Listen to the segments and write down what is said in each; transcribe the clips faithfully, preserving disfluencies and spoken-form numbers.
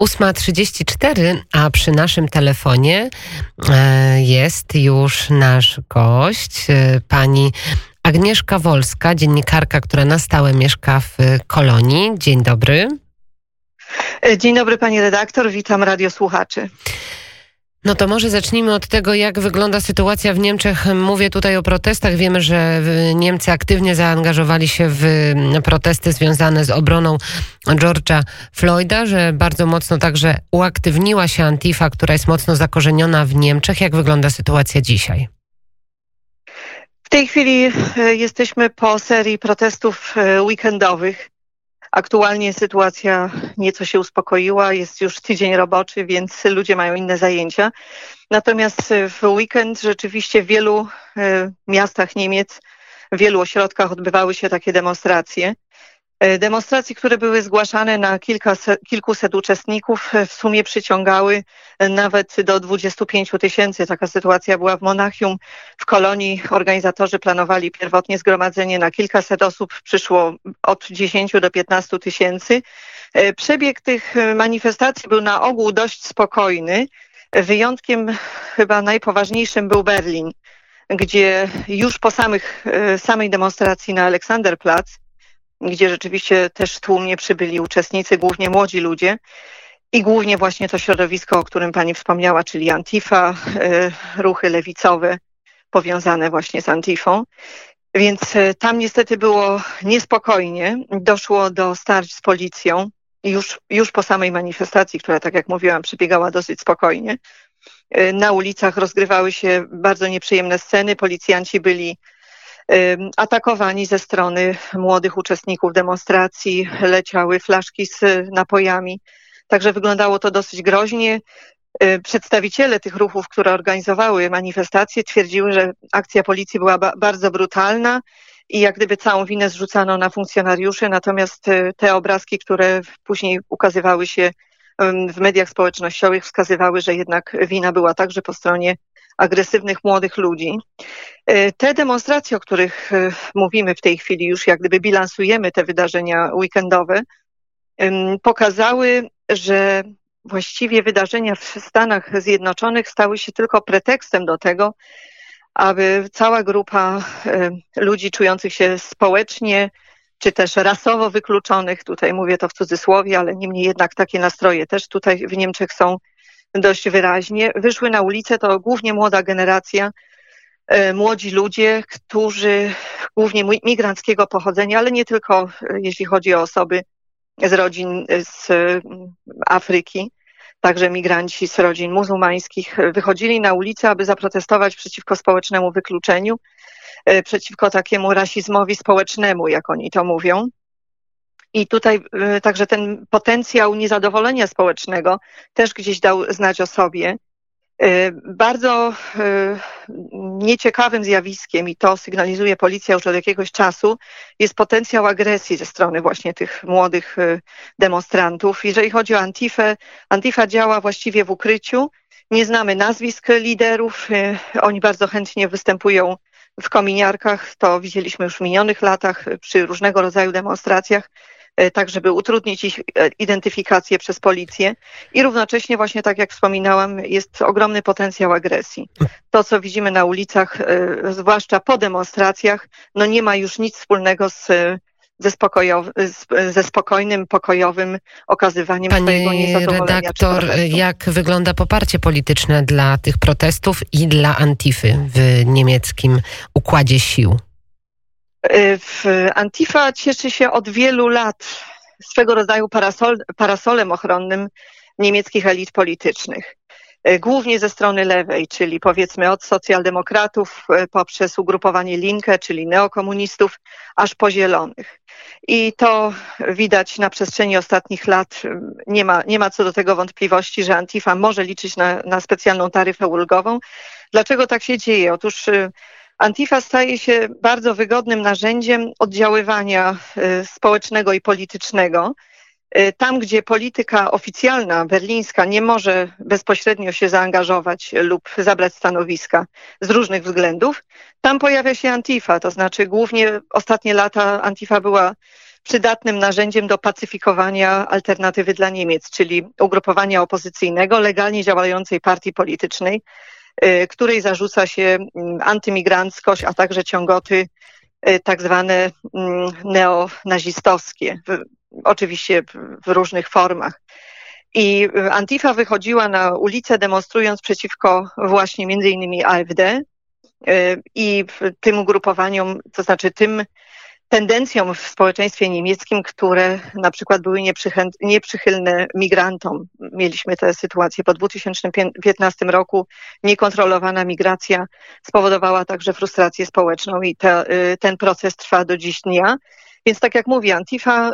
ósma trzydzieści cztery, a przy naszym telefonie jest już nasz gość, pani Agnieszka Wolska, dziennikarka, która na stałe mieszka w Kolonii. Dzień dobry. Dzień dobry pani redaktor, witam radiosłuchaczy. No to może zacznijmy od tego, jak wygląda sytuacja w Niemczech. Mówię tutaj o protestach. Wiemy, że Niemcy aktywnie zaangażowali się w protesty związane z obroną George'a Floyda, że bardzo mocno także uaktywniła się Antifa, która jest mocno zakorzeniona w Niemczech. Jak wygląda sytuacja dzisiaj? W tej chwili jesteśmy po serii protestów weekendowych. Aktualnie sytuacja nieco się uspokoiła, jest już tydzień roboczy, więc ludzie mają inne zajęcia. Natomiast w weekend rzeczywiście w wielu miastach Niemiec, w wielu ośrodkach odbywały się takie demonstracje. Demonstracje, które były zgłaszane na kilkaset, kilkuset uczestników, w sumie przyciągały nawet do dwudziestu pięciu tysięcy. Taka sytuacja była w Monachium. W Kolonii organizatorzy planowali pierwotnie zgromadzenie na kilkaset osób. Przyszło od dziesięciu do piętnastu tysięcy. Przebieg tych manifestacji był na ogół dość spokojny. Wyjątkiem chyba najpoważniejszym był Berlin, gdzie już po samych, samej demonstracji na Aleksanderplatz, gdzie rzeczywiście też tłumnie przybyli uczestnicy, głównie młodzi ludzie i głównie właśnie to środowisko, o którym pani wspomniała, czyli Antifa, ruchy lewicowe powiązane właśnie z Antifą. Więc tam niestety było niespokojnie, doszło do starć z policją już, już po samej manifestacji, która, tak jak mówiłam, przebiegała dosyć spokojnie. Na ulicach rozgrywały się bardzo nieprzyjemne sceny, policjanci byli atakowani ze strony młodych uczestników demonstracji, leciały flaszki z napojami. Także wyglądało to dosyć groźnie. Przedstawiciele tych ruchów, które organizowały manifestacje, twierdziły, że akcja policji była ba- bardzo brutalna i jak gdyby całą winę zrzucano na funkcjonariuszy. Natomiast te obrazki, które później ukazywały się w mediach społecznościowych, wskazywały, że jednak wina była także po stronie agresywnych młodych ludzi. Te demonstracje, o których mówimy w tej chwili, już jak gdyby bilansujemy te wydarzenia weekendowe, pokazały, że właściwie wydarzenia w Stanach Zjednoczonych stały się tylko pretekstem do tego, aby cała grupa ludzi czujących się społecznie, czy też rasowo wykluczonych, tutaj mówię to w cudzysłowie, ale niemniej jednak takie nastroje też tutaj w Niemczech są dość wyraźnie, wyszły na ulicę. To głównie młoda generacja, młodzi ludzie, którzy głównie migranckiego pochodzenia, ale nie tylko, jeśli chodzi o osoby z rodzin z Afryki, także migranci z rodzin muzułmańskich, wychodzili na ulicę, aby zaprotestować przeciwko społecznemu wykluczeniu, przeciwko takiemu rasizmowi społecznemu, jak oni to mówią. I tutaj także ten potencjał niezadowolenia społecznego też gdzieś dał znać o sobie. Bardzo nieciekawym zjawiskiem, i to sygnalizuje policja już od jakiegoś czasu, jest potencjał agresji ze strony właśnie tych młodych demonstrantów. Jeżeli chodzi o Antifę, Antifa działa właściwie w ukryciu. Nie znamy nazwisk liderów. Oni bardzo chętnie występują w kominiarkach. To widzieliśmy już w minionych latach przy różnego rodzaju demonstracjach, tak żeby utrudnić ich identyfikację przez policję. I równocześnie właśnie, tak jak wspominałam, jest ogromny potencjał agresji. To, co widzimy na ulicach, zwłaszcza po demonstracjach, no nie ma już nic wspólnego z, ze, spokojow- ze spokojnym, pokojowym okazywaniem Pani swojego niezadowolenia. redaktor, jak wygląda poparcie polityczne dla tych protestów i dla Antify w niemieckim układzie sił? Antifa cieszy się od wielu lat swego rodzaju parasol, parasolem ochronnym niemieckich elit politycznych. Głównie ze strony lewej, czyli powiedzmy od socjaldemokratów poprzez ugrupowanie Linke, czyli neokomunistów, aż po zielonych. I to widać na przestrzeni ostatnich lat. Nie ma, nie ma co do tego wątpliwości, że Antifa może liczyć na, na specjalną taryfę ulgową. Dlaczego tak się dzieje? Otóż Antifa staje się bardzo wygodnym narzędziem oddziaływania społecznego i politycznego. Tam, gdzie polityka oficjalna, berlińska, nie może bezpośrednio się zaangażować lub zabrać stanowiska z różnych względów, tam pojawia się Antifa. To znaczy głównie ostatnie lata Antifa była przydatnym narzędziem do pacyfikowania alternatywy dla Niemiec, czyli ugrupowania opozycyjnego, legalnie działającej partii politycznej, której zarzuca się antymigranckość, a także ciągoty tak zwane neonazistowskie, oczywiście w różnych formach. I Antifa wychodziła na ulicę, demonstrując przeciwko właśnie między innymi A F D i tym ugrupowaniom, to znaczy tym tendencjom w społeczeństwie niemieckim, które na przykład były nieprzychylne migrantom. Mieliśmy tę sytuację po dwa tysiące piętnastym roku. Niekontrolowana migracja spowodowała także frustrację społeczną i te, ten proces trwa do dziś dnia. Więc tak jak mówię, Antifa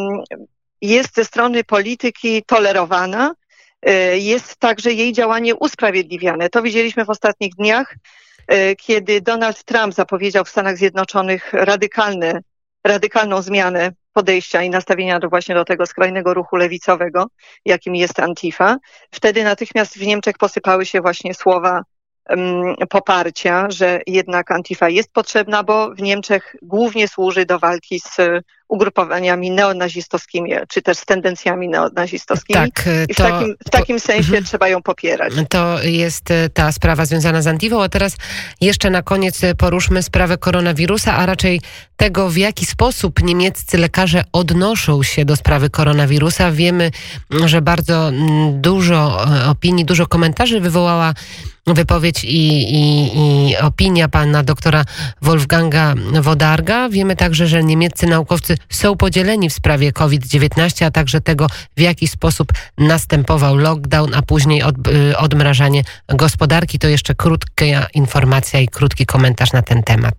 jest ze strony polityki tolerowana, jest także jej działanie usprawiedliwiane. To widzieliśmy w ostatnich dniach, kiedy Donald Trump zapowiedział w Stanach Zjednoczonych radykalne, radykalną zmianę podejścia i nastawienia do właśnie do tego skrajnego ruchu lewicowego, jakim jest Antifa. Wtedy natychmiast w Niemczech posypały się właśnie słowa um, poparcia, że jednak Antifa jest potrzebna, bo w Niemczech głównie służy do walki z ugrupowaniami neonazistowskimi, czy też z tendencjami neonazistowskimi. Tak, I w to, takim, w takim to, sensie mhm. trzeba ją popierać. To jest ta sprawa związana z Antifą, a teraz jeszcze na koniec poruszmy sprawę koronawirusa, a raczej tego, w jaki sposób niemieccy lekarze odnoszą się do sprawy koronawirusa. Wiemy, że bardzo dużo opinii, dużo komentarzy wywołała wypowiedź i, i, i opinia pana doktora Wolfganga Wodarga. Wiemy także, że niemieccy naukowcy są podzieleni w sprawie COVID dziewiętnaście, a także tego, w jaki sposób następował lockdown, a później od, odmrażanie gospodarki. To jeszcze krótka informacja i krótki komentarz na ten temat.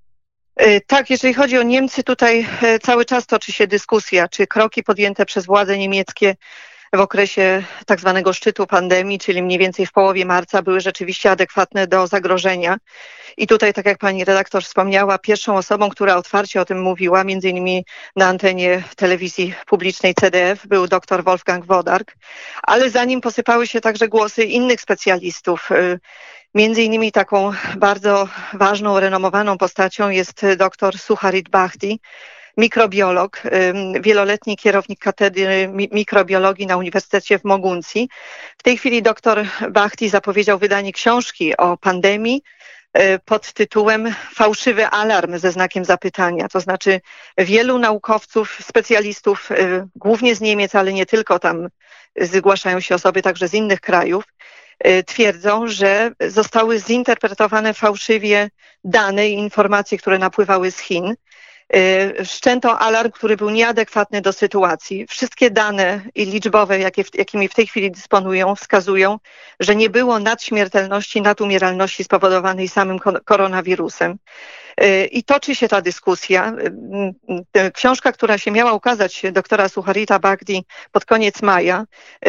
Tak, jeżeli chodzi o Niemcy, tutaj cały czas toczy się dyskusja, czy kroki podjęte przez władze niemieckie w okresie tak zwanego szczytu pandemii, czyli mniej więcej w połowie marca, były rzeczywiście adekwatne do zagrożenia. I tutaj, tak jak pani redaktor wspomniała, pierwszą osobą, która otwarcie o tym mówiła, między innymi na antenie telewizji publicznej C D F, był dr Wolfgang Wodarg, ale za nim posypały się także głosy innych specjalistów. Między innymi taką bardzo ważną, renomowaną postacią jest dr Sucharit Bhakdi, mikrobiolog, wieloletni kierownik katedry mikrobiologii na Uniwersytecie w Moguncji. W tej chwili dr Bhakdi zapowiedział wydanie książki o pandemii pod tytułem Fałszywy alarm ze znakiem zapytania. To znaczy wielu naukowców, specjalistów, głównie z Niemiec, ale nie tylko, tam zgłaszają się osoby także z innych krajów, twierdzą, że zostały zinterpretowane fałszywie dane i informacje, które napływały z Chin. Wszczęto alarm, który był nieadekwatny do sytuacji. Wszystkie dane i liczbowe, jakie w, jakimi w tej chwili dysponują, wskazują, że nie było nadśmiertelności, nadumieralności spowodowanej samym koronawirusem. I toczy się ta dyskusja. Książka, która się miała ukazać doktora Sucharita Bhakdi pod koniec maja,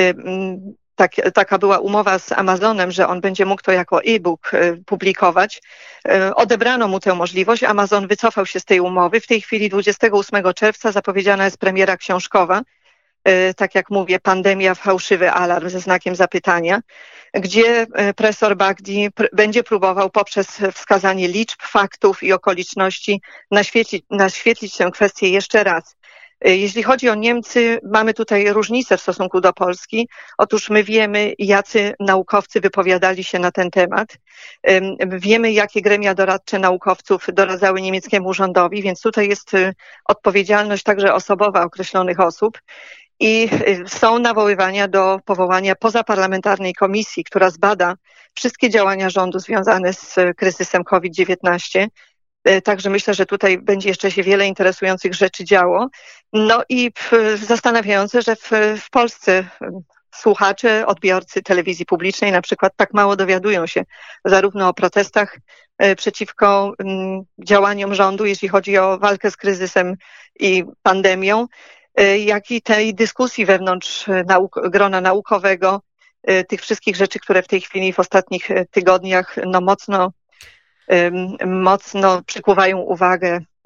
Tak, taka była umowa z Amazonem, że on będzie mógł to jako e-book publikować. Odebrano mu tę możliwość. Amazon wycofał się z tej umowy. W tej chwili dwudziestego ósmego czerwca zapowiedziana jest premiera książkowa. Tak jak mówię, pandemia, fałszywy alarm ze znakiem zapytania, gdzie profesor Bhakdi pr- będzie próbował poprzez wskazanie liczb, faktów i okoliczności naświetlić, naświetlić tę kwestię jeszcze raz. Jeśli chodzi o Niemcy, mamy tutaj różnicę w stosunku do Polski. Otóż my wiemy, jacy naukowcy wypowiadali się na ten temat. Wiemy, jakie gremia doradcze naukowców doradzały niemieckiemu rządowi, więc tutaj jest odpowiedzialność także osobowa określonych osób. I są nawoływania do powołania pozaparlamentarnej komisji, która zbada wszystkie działania rządu związane z kryzysem COVID dziewiętnaście. Także myślę, że tutaj będzie jeszcze się wiele interesujących rzeczy działo. No i zastanawiające, że w, w Polsce słuchacze, odbiorcy telewizji publicznej na przykład tak mało dowiadują się zarówno o protestach przeciwko działaniom rządu, jeśli chodzi o walkę z kryzysem i pandemią, jak i tej dyskusji wewnątrz nauk- grona naukowego, tych wszystkich rzeczy, które w tej chwili w ostatnich tygodniach no mocno mocno przykuwają uwagę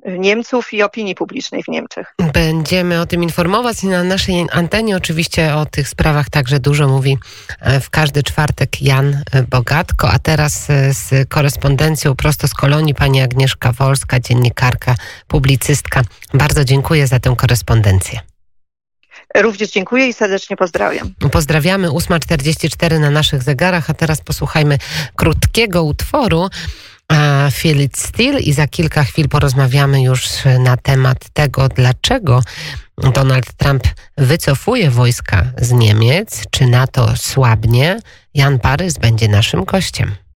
Niemców i opinii publicznej w Niemczech. Będziemy o tym informować na naszej antenie. Oczywiście o tych sprawach także dużo mówi w każdy czwartek Jan Bogatko. A teraz z korespondencją prosto z Kolonii pani Agnieszka Wolska, dziennikarka, publicystka. Bardzo dziękuję za tę korespondencję. Również dziękuję i serdecznie pozdrawiam. Pozdrawiamy. ósma czterdzieści cztery na naszych zegarach, a teraz posłuchajmy krótkiego utworu Feel It Still i za kilka chwil porozmawiamy już na temat tego, dlaczego Donald Trump wycofuje wojska z Niemiec, czy NATO słabnie. Jan Parys będzie naszym gościem.